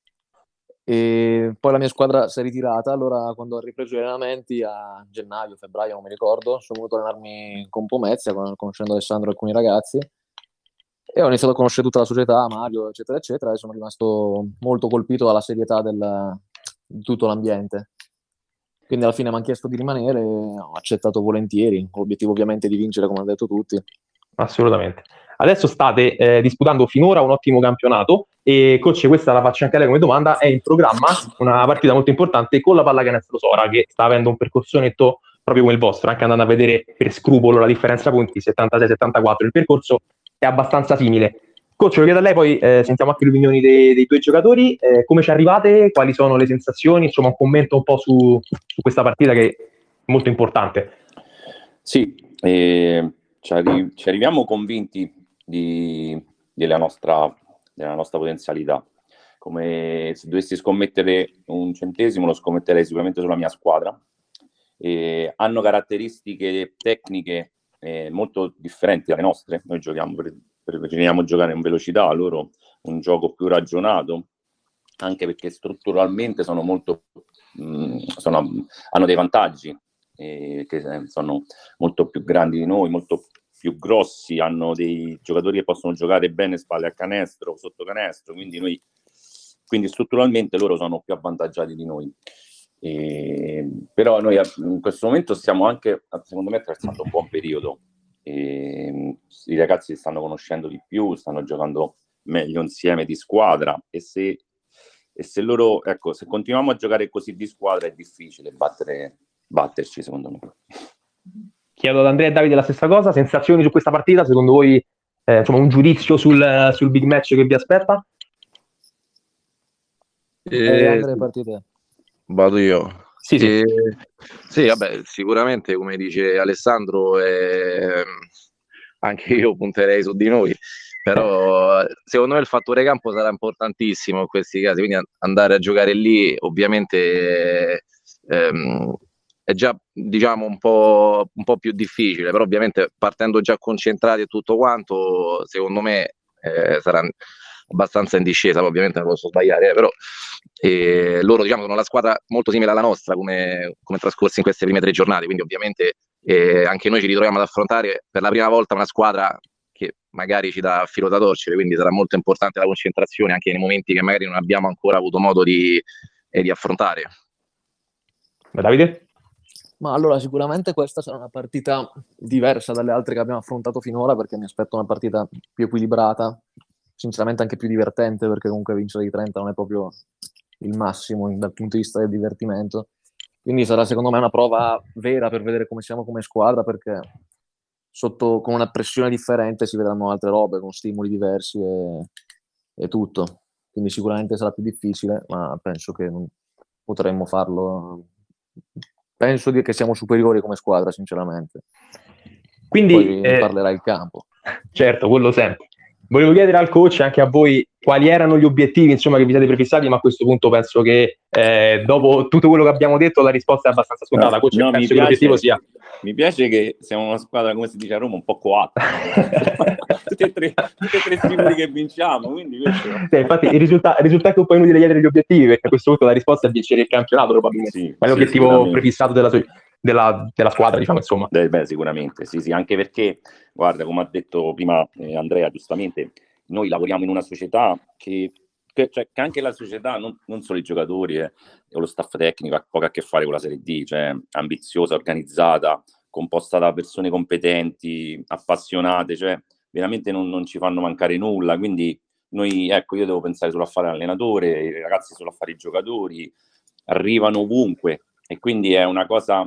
e poi la mia squadra si è ritirata. Allora, quando ho ripreso gli allenamenti a gennaio, febbraio, non mi ricordo, sono venuto a allenarmi con Pomezia, con, conoscendo Alessandro e alcuni ragazzi, e ho iniziato a conoscere tutta la società, Mario, eccetera, eccetera, e sono rimasto molto colpito dalla serietà del, di tutto l'ambiente. Quindi alla fine mi hanno chiesto di rimanere, ho accettato volentieri, con l'obiettivo ovviamente di vincere, come hanno detto tutti. Assolutamente. Adesso state eh, disputando finora un ottimo campionato, E coach, questa la faccio anche a lei come domanda, è in programma una partita molto importante con la Pallacanestro Sora, che sta avendo un percorsonetto proprio come il vostro, anche andando a vedere per scrupolo la differenza punti, settantasei settantaquattro, il percorso è abbastanza simile. Coach, lo chiedo a lei, poi eh, sentiamo anche le opinioni dei, dei due giocatori, eh, come ci arrivate, quali sono le sensazioni, insomma un commento un po' su, su questa partita che è molto importante. Sì, eh, ci, arri- ci arriviamo convinti di, della, nostra, della nostra potenzialità. Come se dovessi scommettere un centesimo, lo scommetterei sicuramente sulla mia squadra. Eh, hanno caratteristiche tecniche eh, molto differenti dalle nostre. Noi giochiamo per, per, preferiamo giocare in velocità, loro un gioco più ragionato, anche perché strutturalmente sono molto mh, sono, hanno dei vantaggi eh, che sono molto più grandi di noi, molto più grossi, hanno dei giocatori che possono giocare bene spalle a canestro, sotto canestro, quindi noi quindi strutturalmente loro sono più avvantaggiati di noi. E, però noi in questo momento stiamo anche, secondo me, attraversando un buon periodo. E, i ragazzi si stanno conoscendo di più, stanno giocando meglio insieme di squadra e se, e se loro, ecco, se continuiamo a giocare così di squadra è difficile battere, batterci, secondo me. Chiedo ad Andrea e Davide la stessa cosa, sensazioni su questa partita, secondo voi eh, insomma un giudizio sul, sul big match che vi aspetta? Eh, Andrea, partite. Vado io. Sì, sì. Eh, sì, vabbè, sicuramente come dice Alessandro, eh, anche io punterei su di noi, però secondo me il fattore campo sarà importantissimo in questi casi, quindi andare a giocare lì ovviamente ehm, è già diciamo un po', un po' più difficile, però ovviamente partendo già concentrati e tutto quanto, secondo me eh, sarà abbastanza in discesa, ovviamente non posso sbagliare, eh, però eh, loro diciamo sono la squadra molto simile alla nostra come, come trascorsi in queste prime tre giornate, quindi ovviamente eh, anche noi ci ritroviamo ad affrontare per la prima volta una squadra che magari ci dà filo da torcere, quindi sarà molto importante la concentrazione anche nei momenti che magari non abbiamo ancora avuto modo di, eh, di affrontare. Ma Davide? Ma allora sicuramente questa sarà una partita diversa dalle altre che abbiamo affrontato finora, perché mi aspetto una partita più equilibrata, sinceramente anche più divertente, perché comunque vincere di trenta non è proprio il massimo dal punto di vista del divertimento. Quindi sarà secondo me una prova vera per vedere come siamo come squadra, perché sotto con una pressione differente si vedranno altre robe, con stimoli diversi e, e tutto. Quindi sicuramente sarà più difficile, ma penso che non potremmo farlo. Penso che siamo superiori come squadra, sinceramente. Quindi Poi eh, parlerà il campo. Certo, quello sempre. Volevo chiedere al coach e anche a voi quali erano gli obiettivi, insomma, che vi siete prefissati, ma a questo punto penso che eh, dopo tutto quello che abbiamo detto la risposta è abbastanza scontata. Coach, no, penso mi che l'obiettivo piace, sia... Mi piace che siamo una squadra, come si dice a Roma, un po' coatta. tutti e tre, tutti e tre sicuri che vinciamo, quindi questo... sì, infatti il risulta- il risultato è un po' inutile chiedere gli obiettivi, perché a questo punto la risposta è vincere il campionato probabilmente, Sì, ma è sì, l'obiettivo prefissato della, della, della squadra, diciamo, insomma. Beh, beh, sicuramente, sì, sì, anche perché, guarda, come ha detto prima eh, Andrea, giustamente, noi lavoriamo in una società che, che, cioè, che anche la società, non, non solo i giocatori eh, o lo staff tecnico, ha poco a che fare con la Serie D, cioè ambiziosa, organizzata, composta da persone competenti, appassionate, cioè veramente non, non ci fanno mancare nulla, quindi noi, ecco, io devo pensare solo a fare l'allenatore, i ragazzi solo a fare i giocatori, arrivano ovunque e quindi è una cosa...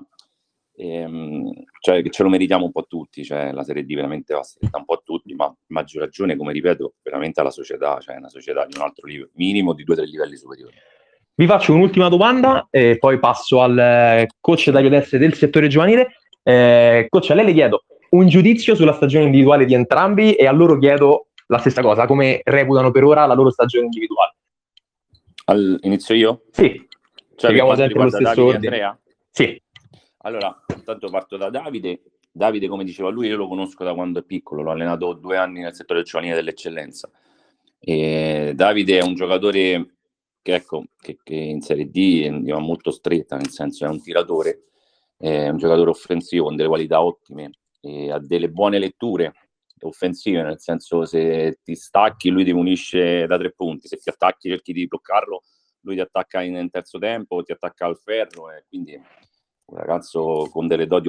Ehm, cioè che ce lo meritiamo un po' tutti, cioè la Serie D veramente va stretta un po' a tutti, ma a maggior ragione, come ripeto, veramente alla società, cioè una società di un altro livello, minimo di due o tre livelli superiori. Vi faccio un'ultima domanda e poi passo al coach Dario Desse del settore giovanile. Eh, coach, a lei le chiedo un giudizio sulla stagione individuale di entrambi e a loro chiedo la stessa cosa, come reputano per ora la loro stagione individuale. Al, inizio io? Sì, cioè per quanto sempre lo riguarda stesso Davide e ordine. Andrea? Sì. Allora, intanto parto da Davide. Davide, come diceva lui, io lo conosco da quando è piccolo, l'ho allenato due anni nel settore giovanile dell'eccellenza. E Davide è un giocatore che, ecco, che, che in Serie D va molto stretta, nel senso è un tiratore, è un giocatore offensivo con delle qualità ottime, e ha delle buone letture offensive, nel senso se ti stacchi lui ti unisce da tre punti, se ti attacchi cerchi di bloccarlo, lui ti attacca in, in terzo tempo, ti attacca al ferro e quindi un ragazzo con delle doti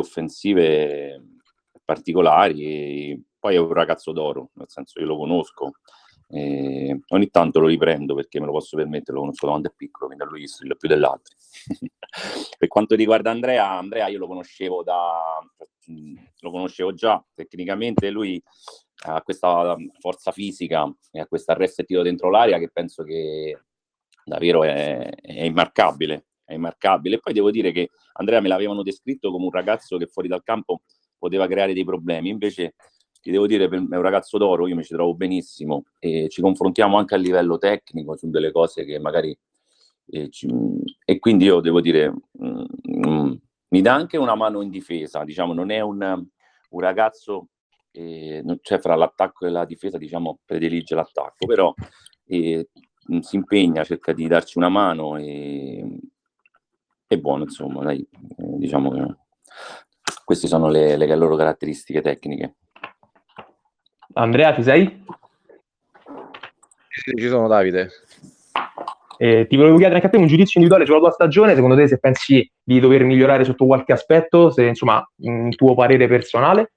offensive particolari e poi è un ragazzo d'oro, nel senso io lo conosco, E ogni tanto lo riprendo perché me lo posso permettere, lo conosco da quando è piccolo, quindi a lui strillo più degli altri. Per quanto riguarda Andrea, Andrea io lo conoscevo da lo conoscevo già tecnicamente, lui ha questa forza fisica e ha questo arresto e tiro dentro l'aria che penso che davvero è, è immarcabile, è immarcabile. E poi devo dire che Andrea me l'avevano descritto come un ragazzo che fuori dal campo poteva creare dei problemi, invece ti devo dire, è un ragazzo d'oro, io mi ci trovo benissimo e ci confrontiamo anche a livello tecnico su delle cose che magari e, ci, e quindi io devo dire mm, mi dà anche una mano in difesa, diciamo, non è un, un ragazzo eh, cioè fra l'attacco e la difesa, diciamo, predilige l'attacco, però eh, si impegna, cerca di darci una mano e è buono, insomma, dai, eh, diciamo che queste sono le, le loro caratteristiche tecniche. Andrea, ci sei? Sì, ci sono, Davide. Eh, ti volevo chiedere anche a te un giudizio individuale sulla tua stagione, secondo te se pensi di dover migliorare sotto qualche aspetto, se insomma un tuo parere personale?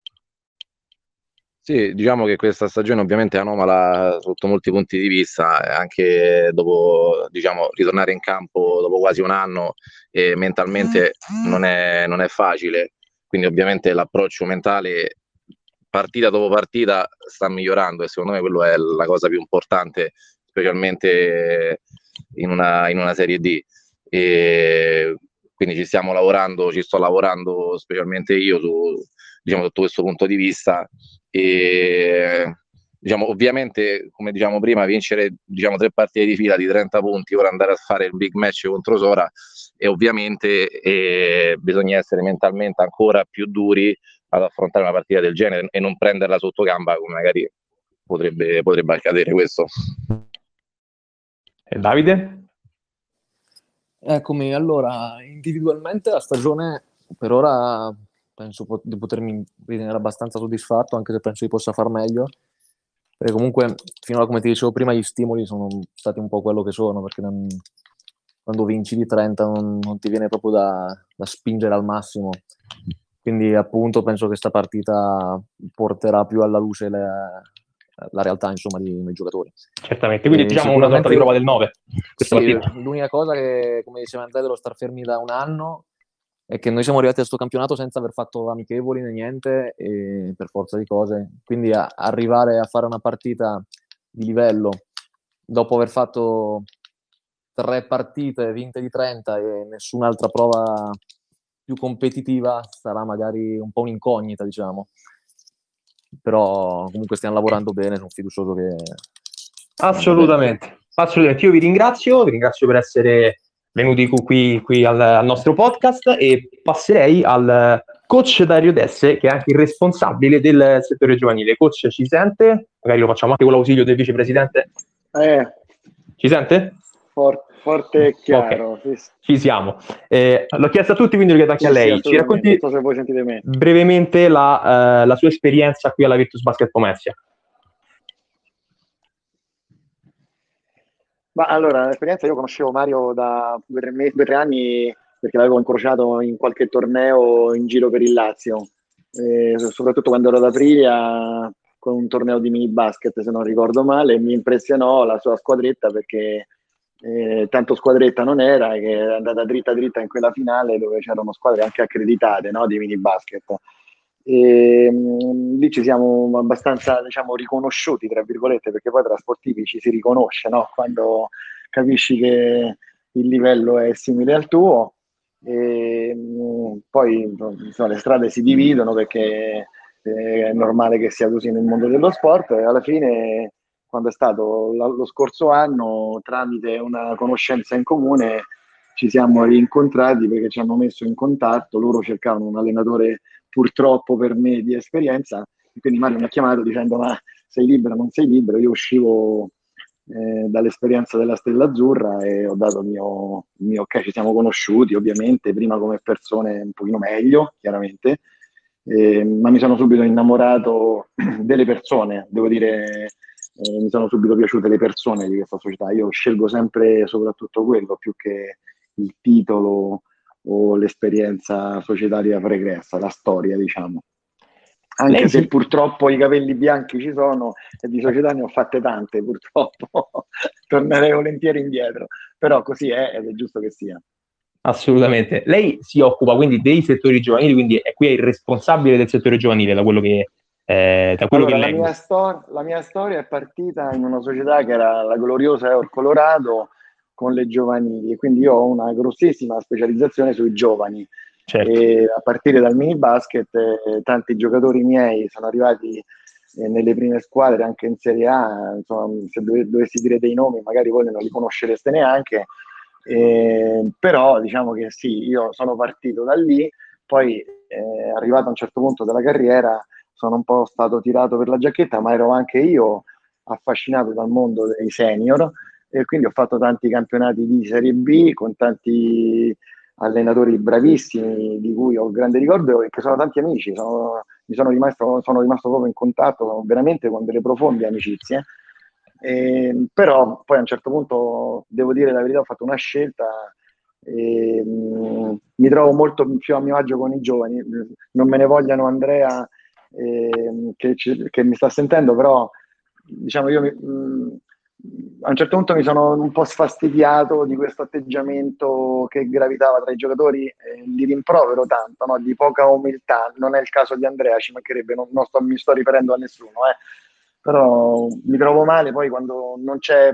Sì, diciamo che questa stagione ovviamente è anomala sotto molti punti di vista, anche dopo, diciamo, ritornare in campo dopo quasi un anno e mentalmente non è, non è facile, quindi ovviamente l'approccio mentale partita dopo partita sta migliorando e secondo me quello è la cosa più importante, specialmente in una, in una Serie D. E quindi ci stiamo lavorando, ci sto lavorando specialmente io su, diciamo, sotto questo punto di vista e diciamo ovviamente come diciamo prima vincere diciamo tre partite di fila di trenta punti, ora andare a fare il big match contro Sora e ovviamente eh, bisogna essere mentalmente ancora più duri ad affrontare una partita del genere e non prenderla sotto gamba come magari potrebbe, potrebbe accadere questo. E Davide? Eccomi, allora, individualmente la stagione per ora penso pot- di potermi ritenere abbastanza soddisfatto, anche se penso di possa far meglio, perché comunque finora, come ti dicevo prima, gli stimoli sono stati un po' quello che sono, perché non, quando vinci di trenta non, non ti viene proprio da, da spingere al massimo, quindi appunto penso che sta partita porterà più alla luce le, la realtà insomma di noi giocatori. Certamente, quindi E diciamo una sorta di prova del nove. Sì, l'unica cosa che, come diceva Andrea, dello star fermi da un anno è che noi siamo arrivati a questo campionato senza aver fatto amichevoli né niente, e per forza di cose. Quindi a, arrivare a fare una partita di livello dopo aver fatto tre partite vinte di trenta e nessun'altra prova più competitiva sarà magari un po' un'incognita, diciamo. Però comunque stiamo lavorando bene, sono fiducioso che... Assolutamente, assolutamente. Io vi ringrazio, vi ringrazio per essere venuti qui, qui al, al nostro podcast e passerei al coach Dario Desse, che è anche il responsabile del settore giovanile. Coach, ci sente? Magari lo facciamo anche con l'ausilio del vicepresidente. Eh, Ci sente? For- forte e chiaro. Okay. Sì. Ci siamo. Eh, l'ho chiesto a tutti, quindi lo chiedo anche Sì, a lei. sì, Ci racconti non so se voi sentite me. brevemente la, uh, la sua esperienza qui alla Virtus Basket Pomezia. Ma allora, l'esperienza, io conoscevo Mario da due o tre, mesi, due, tre anni perché l'avevo incrociato in qualche torneo in giro per il Lazio, eh, soprattutto quando ero ad Aprilia con un torneo di mini basket, se non ricordo male, mi impressionò la sua squadretta perché eh, tanto squadretta non era, che è andata dritta dritta in quella finale dove c'erano squadre anche accreditate, no, di mini basket. E mh, lì ci siamo abbastanza, diciamo, riconosciuti, tra virgolette, perché poi tra sportivi ci si riconosce, no? Quando capisci che il livello è simile al tuo. E mh, poi insomma, le strade si dividono perché eh, è normale che sia così nel mondo dello sport e alla fine, quando è stato l- lo scorso anno, tramite una conoscenza in comune ci siamo rincontrati perché ci hanno messo in contatto, loro cercavano un allenatore purtroppo per me di esperienza, quindi Mario mi ha chiamato dicendo ma sei libero, non sei libero, io uscivo eh, dall'esperienza della Stella Azzurra e ho dato il mio, il mio ok, ci siamo conosciuti ovviamente, prima come persone un pochino meglio, chiaramente, eh, ma mi sono subito innamorato delle persone, devo dire, eh, mi sono subito piaciute le persone di questa società, io scelgo sempre soprattutto quello più che il titolo o l'esperienza societaria pregressa, la storia, diciamo. anche Lei se sì. purtroppo i capelli bianchi ci sono e di società ne ho fatte tante, purtroppo tornerei volentieri indietro, però così è ed è giusto che sia. Assolutamente. Lei si occupa quindi dei settori giovanili, quindi è qui è il responsabile del settore giovanile, da quello che, eh, da quello Allora, che la leggo. mia, stor- la mia storia è partita in una società che era la gloriosa Eur Colorado con le giovanili, e quindi io ho una grossissima specializzazione sui giovani. Certo. E a partire dal mini basket, eh, tanti giocatori miei sono arrivati eh, nelle prime squadre, anche in Serie A. Insomma, se dove- dovessi dire dei nomi, magari voi non li conoscereste neanche. Eh, però diciamo che sì, io sono partito da lì, poi eh, arrivato a un certo punto della carriera sono un po' stato tirato per la giacchetta, ma ero anche io affascinato dal mondo dei senior, e quindi ho fatto tanti campionati di Serie B con tanti allenatori bravissimi di cui ho grande ricordo e che sono tanti amici. Sono, mi sono rimasto, sono rimasto proprio in contatto veramente con delle profonde amicizie. E, però poi a un certo punto, devo dire la verità, ho fatto una scelta e mh, mi trovo molto più a mio agio con i giovani. Non me ne vogliano Andrea, eh, che, ci- che mi sta sentendo, però diciamo io mi, mh, a un certo punto mi sono un po' sfastidiato di questo atteggiamento che gravitava tra i giocatori, eh, li rimprovero tanto, no? Di poca umiltà. Non è il caso di Andrea, ci mancherebbe, non, non sto, mi sto riferendo a nessuno, eh. Però mi trovo male poi quando non c'è,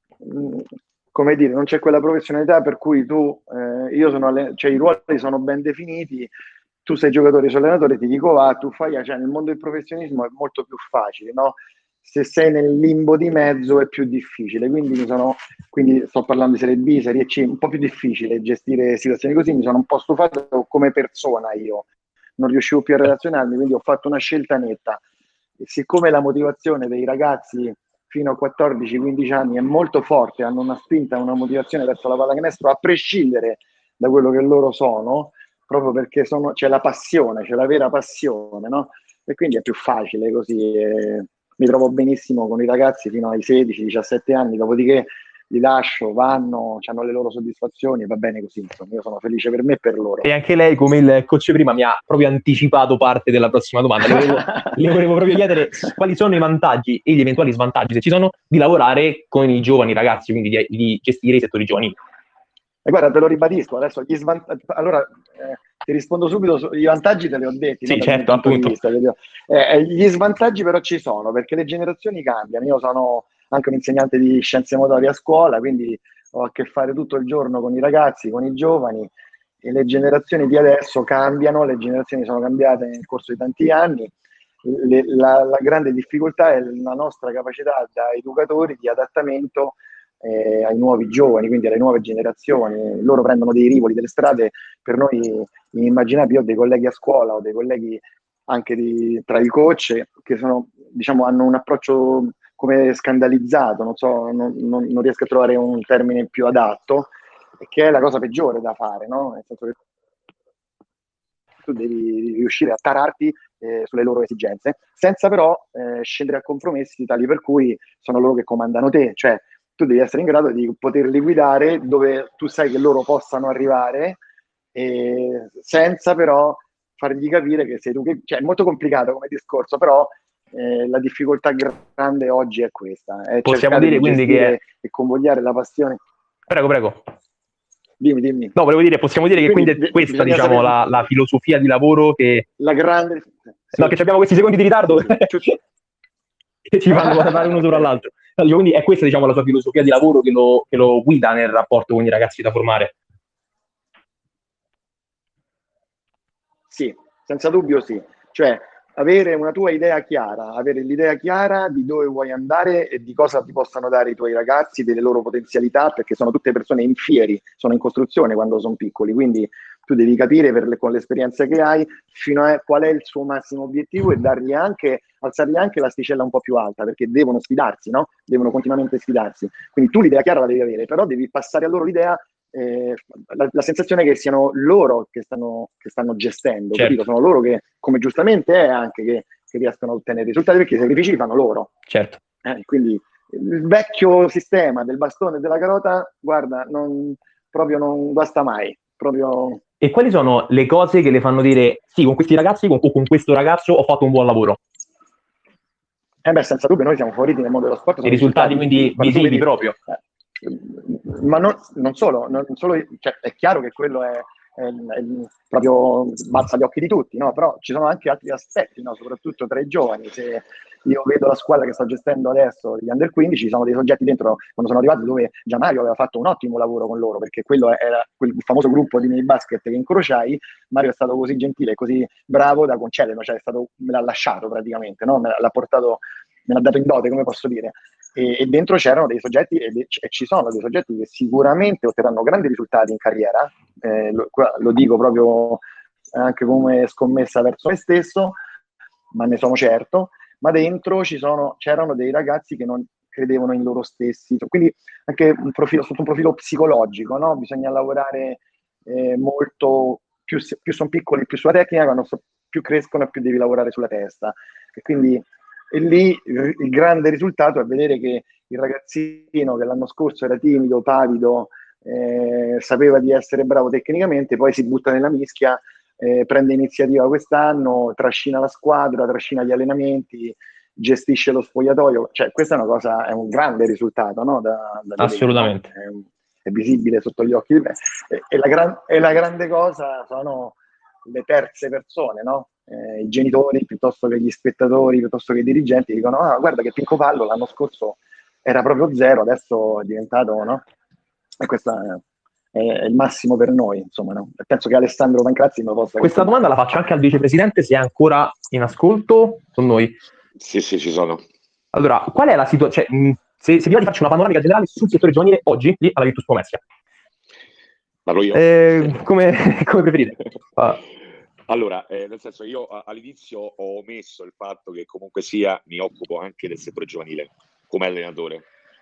mh, come dire, non c'è quella professionalità per cui tu, eh, io sono, alle- cioè i ruoli sono ben definiti, tu sei giocatore, sei allenatore, ti dico va, tu fai, cioè nel mondo del professionismo è molto più facile, no? Se sei nel limbo di mezzo è più difficile, quindi mi sono, quindi sto parlando di Serie B, Serie C, un po' più difficile gestire situazioni così, mi sono un po' stufato come persona io, non riuscivo più a relazionarmi, quindi ho fatto una scelta netta. E siccome la motivazione dei ragazzi fino a quattordici quindici anni è molto forte, hanno una spinta, una motivazione verso la pallacanestro, a prescindere da quello che loro sono, proprio perché sono, c'è la passione, c'è la vera passione, no? E quindi è più facile così. E mi trovo benissimo con i ragazzi fino ai sedici diciassette anni, dopodiché li lascio, vanno, hanno le loro soddisfazioni e va bene così. Insomma, io sono felice per me e per loro. E anche lei, come il coach prima, mi ha proprio anticipato parte della prossima domanda. Le volevo, le volevo proprio chiedere quali sono i vantaggi e gli eventuali svantaggi, se ci sono, di lavorare con i giovani ragazzi, quindi di, di gestire i settori giovanili. E guarda, te lo ribadisco, adesso gli svantaggi, allora eh, ti rispondo subito, su, i vantaggi te li ho detti, Sì, no, dal certo, mio punto di appunto. vista. Eh, gli svantaggi però ci sono, perché le generazioni cambiano. Io sono anche un insegnante di scienze motorie a scuola, quindi ho a che fare tutto il giorno con i ragazzi, con i giovani, e le generazioni di adesso cambiano, le generazioni sono cambiate nel corso di tanti anni. Le, la, la grande difficoltà è la nostra capacità da educatori di adattamento eh, ai nuovi giovani, quindi alle nuove generazioni. Loro prendono dei rivoli delle strade per noi inimmaginabili. Io ho dei colleghi a scuola, ho dei colleghi anche di, tra i coach che sono, diciamo, hanno un approccio come scandalizzato, non so, non, non, non riesco a trovare un termine più adatto, che è la cosa peggiore da fare, no? Nel senso che tu devi riuscire a tararti eh, sulle loro esigenze, senza però eh, scendere a compromessi tali per cui sono loro che comandano te, cioè tu devi essere in grado di poterli guidare dove tu sai che loro possano arrivare, eh, senza però fargli capire che sei tu che... Cioè, è molto complicato come discorso, però eh, la difficoltà grande oggi è questa, è Possiamo cercare dire di quindi gestire che... e convogliare la passione. Prego, prego. Dimmi, dimmi. No, volevo dire, possiamo dire che quindi, Quindi è questa, bisogna diciamo, sapere la, la filosofia di lavoro che... la grande... Sì. No, che abbiamo questi secondi di ritardo Sì. che ci fanno guardare uno sopra l'altro. Quindi è questa, diciamo, la sua filosofia di lavoro che lo, che lo guida nel rapporto con i ragazzi da formare. Sì, senza dubbio sì. Cioè, avere una tua idea chiara, avere l'idea chiara di dove vuoi andare e di cosa ti possano dare i tuoi ragazzi, delle loro potenzialità, perché sono tutte persone in fieri, sono in costruzione quando sono piccoli, quindi tu devi capire per le, con l'esperienza che hai fino a qual è il suo massimo obiettivo e dargli anche, alzargli anche l'asticella un po' più alta, perché devono sfidarsi, no? Devono continuamente sfidarsi. Quindi tu l'idea chiara la devi avere, però devi passare a loro l'idea. Eh, la, la sensazione è che siano loro che stanno, che stanno gestendo, Certo. capito? Sono loro che, come giustamente è, anche che, che riescono a ottenere risultati, perché i sacrifici li fanno loro. Certo. Eh, quindi il vecchio sistema del bastone e della carota, guarda, non, proprio non basta mai. Proprio E quali sono le cose che le fanno dire sì, con questi ragazzi con, o con questo ragazzo ho fatto un buon lavoro? Eh beh, senza dubbio, noi siamo favoriti nel mondo dello sport. I risultati, quindi visivi vedi, proprio. Eh, ma non, non solo, non solo cioè, è chiaro che quello è, è, è proprio balza agli occhi di tutti, no? Però ci sono anche altri aspetti, no? Soprattutto tra i giovani. Se io vedo la squadra che sto gestendo adesso, gli under quindici, ci sono dei soggetti dentro, quando sono arrivati, dove già Mario aveva fatto un ottimo lavoro con loro, perché quello era quel famoso gruppo di mini basket che incrociai. Mario è stato così gentile, così bravo da concederlo, cioè è stato, me l'ha lasciato praticamente, no? Me l'ha portato, me l'ha dato in dote, come posso dire. E, e dentro c'erano dei soggetti, e, de- e ci sono dei soggetti che sicuramente otterranno grandi risultati in carriera, eh, lo, lo dico proprio anche come scommessa verso me stesso, ma ne sono certo. Ma dentro ci sono, c'erano dei ragazzi che non credevano in loro stessi, quindi anche un profilo, sotto un profilo psicologico, no? Bisogna lavorare eh, molto, più, più sono piccoli, più sulla tecnica, quando so, più crescono e più devi lavorare sulla testa. E quindi e lì il, il grande risultato è vedere che il ragazzino che l'anno scorso era timido, pavido, eh, sapeva di essere bravo tecnicamente, poi si butta nella mischia, eh, prende iniziativa quest'anno, trascina la squadra, trascina gli allenamenti, gestisce lo spogliatoio. Cioè, questa è una cosa, è un grande risultato, no? Da, da Assolutamente. vedere, no? È, è visibile sotto gli occhi di me. E, e, la gran, e la grande cosa sono le terze persone, no? Eh, i genitori, piuttosto che gli spettatori, piuttosto che i dirigenti, dicono: ah, guarda che Pinco Pallo l'anno scorso era proprio zero, adesso è diventato, no? E questo è, è il massimo per noi, insomma, no? Penso che Alessandro Pancrazzi me lo possa Questa confermare. domanda la faccio anche al vicepresidente, se è ancora in ascolto con noi. Sì, sì, ci sono. Allora, qual è la situazione? Cioè, se, se vi va di farci una panoramica generale sul settore giovanile oggi, lì alla Virtus Pomezia. Parlo io? Eh, come, come preferite. Uh. Allora, eh, nel senso, io a, all'inizio ho omesso il fatto che comunque sia mi occupo anche del settore giovanile come allenatore,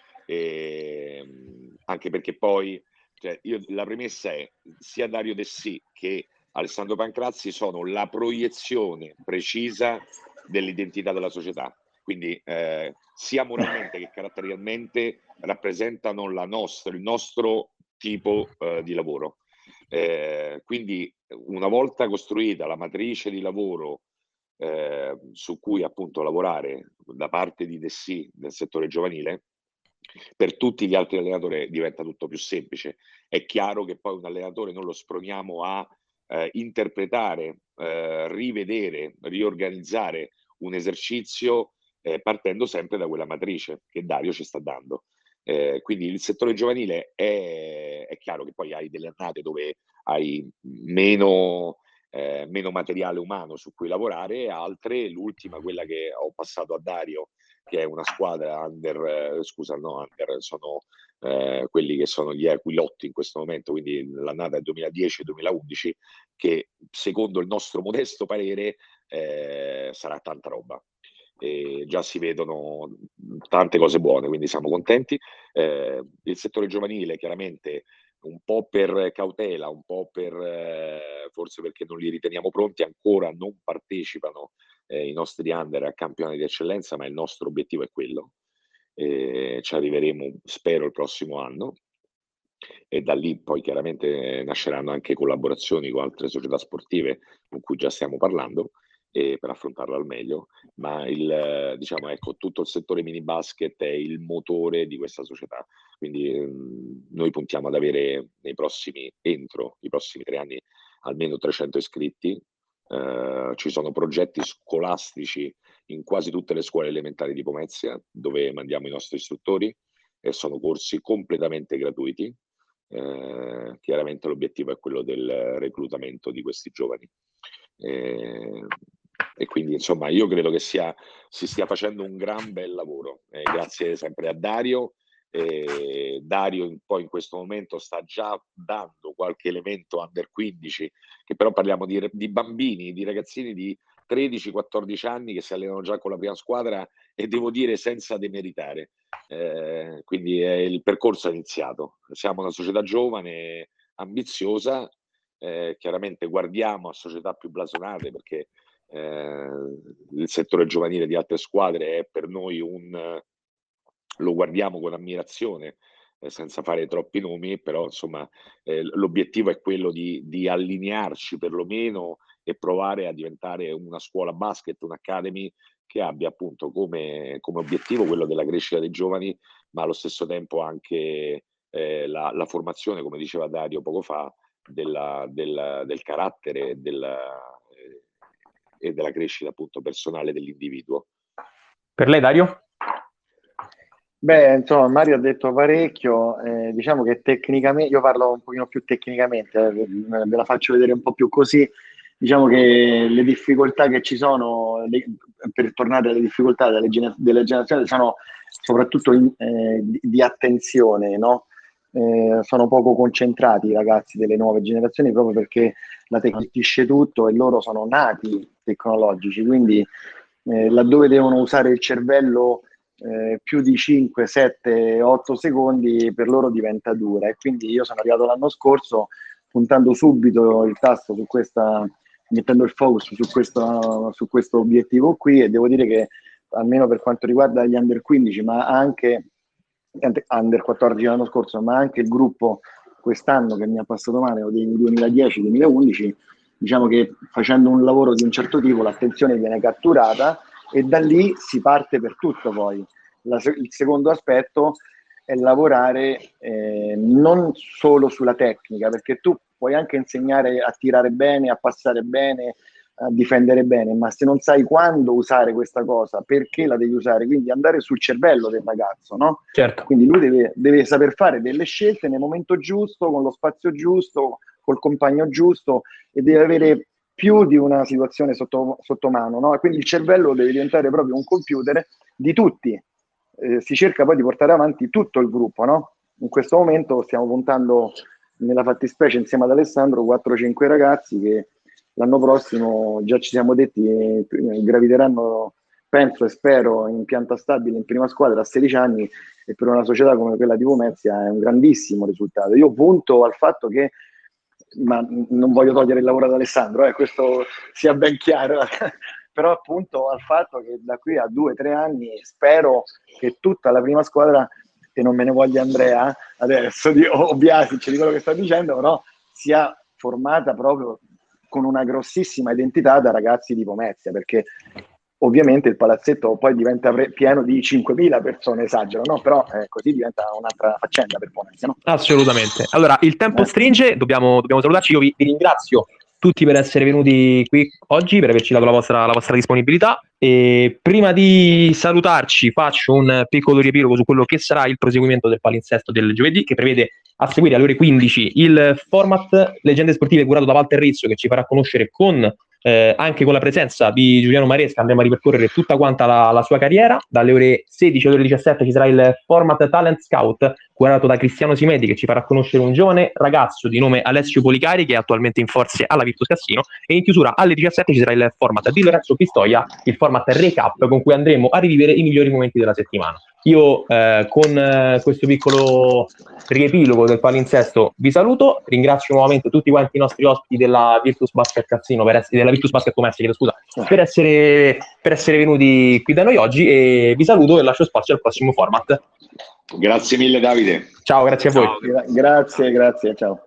e, anche perché poi cioè, io, la premessa è sia Dario Dessì che Alessandro Pancrazzi sono la proiezione precisa dell'identità della società, quindi eh, sia moralmente che caratterialmente rappresentano la nostra, il nostro tipo eh, di lavoro. Eh, quindi una volta costruita la matrice di lavoro eh, su cui appunto lavorare da parte di Dessì nel settore giovanile, per tutti gli altri allenatori diventa tutto più semplice. È chiaro che poi un allenatore non lo sproniamo a eh, interpretare, eh, rivedere, riorganizzare un esercizio eh, partendo sempre da quella matrice che Dario ci sta dando. Eh, quindi il settore giovanile è, è chiaro che poi hai delle annate dove hai meno, eh, meno materiale umano su cui lavorare, altre, l'ultima, quella che ho passato a Dario, che è una squadra under, eh, scusa, no, under, sono eh, quelli che sono gli Equilotti in questo momento, quindi l'annata è duemiladieci duemilaundici, che secondo il nostro modesto parere eh, sarà tanta roba. E già si vedono tante cose buone, quindi siamo contenti. Eh, il settore giovanile chiaramente un po' per cautela, un po' per eh, forse perché non li riteniamo pronti, ancora non partecipano eh, i nostri under a campioni di eccellenza, ma il nostro obiettivo è quello. Eh, ci arriveremo, spero, il prossimo anno, e da lì poi chiaramente nasceranno anche collaborazioni con altre società sportive con cui già stiamo parlando, eh, per affrontarlo al meglio, ma il, diciamo, ecco, tutto il settore mini basket è il motore di questa società, quindi ehm, noi puntiamo ad avere nei prossimi, entro i prossimi tre anni, almeno trecento iscritti. Eh, ci sono progetti scolastici in quasi tutte le scuole elementari di Pomezia dove mandiamo i nostri istruttori, e sono corsi completamente gratuiti. Eh, chiaramente l'obiettivo è quello del reclutamento di questi giovani. Eh, e quindi insomma io credo che sia, si stia facendo un gran bel lavoro, eh, grazie sempre a Dario. Eh, Dario poi in questo momento sta già dando qualche elemento under quindici, che però parliamo di, di bambini, di ragazzini di tredici quattordici anni che si allenano già con la prima squadra, e devo dire senza demeritare. Eh, quindi è, il percorso è iniziato. Siamo una società giovane, ambiziosa, eh, chiaramente guardiamo a società più blasonate, perché eh, il settore giovanile di altre squadre è per noi un, lo guardiamo con ammirazione, eh, senza fare troppi nomi, però insomma eh, l'obiettivo è quello di, di allinearci perlomeno e provare a diventare una scuola basket, un'academy che abbia appunto come, come obiettivo quello della crescita dei giovani, ma allo stesso tempo anche eh, la, la formazione, come diceva Dario poco fa, della, del, del carattere della, eh, e della crescita appunto personale dell'individuo. Per lei, Dario? Beh, insomma, Mario ha detto parecchio, eh, diciamo che tecnicamente, io parlo un pochino più tecnicamente, eh, ve la faccio vedere un po' più così, diciamo che le difficoltà che ci sono, le, per tornare alle difficoltà delle, gener- delle generazioni, sono soprattutto in, eh, di, di attenzione, no? Eh, sono poco concentrati i ragazzi delle nuove generazioni proprio perché la tecnologia tutto e loro sono nati tecnologici, quindi eh, laddove devono usare il cervello Eh, più di cinque, sette, otto secondi per loro diventa dura, e quindi io sono arrivato l'anno scorso puntando subito il tasto su questa, mettendo il focus su questo, su questo obiettivo qui, e devo dire che almeno per quanto riguarda gli under quindici, ma anche under quattordici l'anno scorso, ma anche il gruppo quest'anno che mi ha passato male, o dei duemiladieci duemilaundici, diciamo che facendo un lavoro di un certo tipo l'attenzione viene catturata e da lì si parte per tutto. Poi La, il secondo aspetto è lavorare eh, non solo sulla tecnica, perché tu puoi anche insegnare a tirare bene, a passare bene, a difendere bene, ma se non sai quando usare questa cosa, perché la devi usare, quindi andare sul cervello del ragazzo, no? Certo. Quindi lui deve, deve saper fare delle scelte nel momento giusto, con lo spazio giusto, col compagno giusto, e deve avere più di una situazione sotto, sotto mano, no? E quindi il cervello deve diventare proprio un computer di tutti. Eh, si cerca poi di portare avanti tutto il gruppo, no? In questo momento stiamo puntando, nella fattispecie insieme ad Alessandro, quattro cinque ragazzi che l'anno prossimo, già ci siamo detti, eh, graviteranno, penso e spero, in pianta stabile in prima squadra a sedici anni, e per una società come quella di Pomezia è un grandissimo risultato. Io punto al fatto che, ma non voglio togliere il lavoro ad Alessandro, eh, questo sia ben chiaro, però appunto al fatto che da qui a due o tre anni spero che tutta la prima squadra, e non me ne voglia Andrea adesso di Biasic di quello che sta dicendo, però sia formata proprio con una grossissima identità da ragazzi di Pomezia, perché ovviamente il palazzetto poi diventa pre- pieno di cinquemila persone, esagero, no? Però eh, così diventa un'altra faccenda per Pomezia, no? Assolutamente. Allora, il tempo Eh. stringe, dobbiamo, dobbiamo salutarci. Io vi, vi ringrazio tutti per essere venuti qui oggi, per averci dato la vostra, la vostra disponibilità, e prima di salutarci faccio un piccolo riepilogo su quello che sarà il proseguimento del palinsesto del giovedì, che prevede a seguire alle ore quindici il format Leggende Sportive curato da Walter Rizzo, che ci farà conoscere con Eh, anche con la presenza di Giuliano Maresca andremo a ripercorrere tutta quanta la, la sua carriera. Dalle ore sedici alle ore diciassette ci sarà il format Talent Scout curato da Cristiano Simeti, che ci farà conoscere un giovane ragazzo di nome Alessio Policari, che è attualmente in forze alla Virtus Cassino, e in chiusura alle diciassette ci sarà il format di Lorenzo Pistoia, il format Recap, con cui andremo a rivivere i migliori momenti della settimana. Io eh, con eh, questo piccolo riepilogo del palinsesto vi saluto, ringrazio nuovamente tutti quanti i nostri ospiti della Virtus Basket Cassino, per essere, della Virtus Basket Pomezia, scusa, per essere, per essere venuti qui da noi oggi, e vi saluto e lascio spazio al prossimo format. Grazie mille Davide. Ciao, grazie a voi. Gra- grazie, grazie, ciao.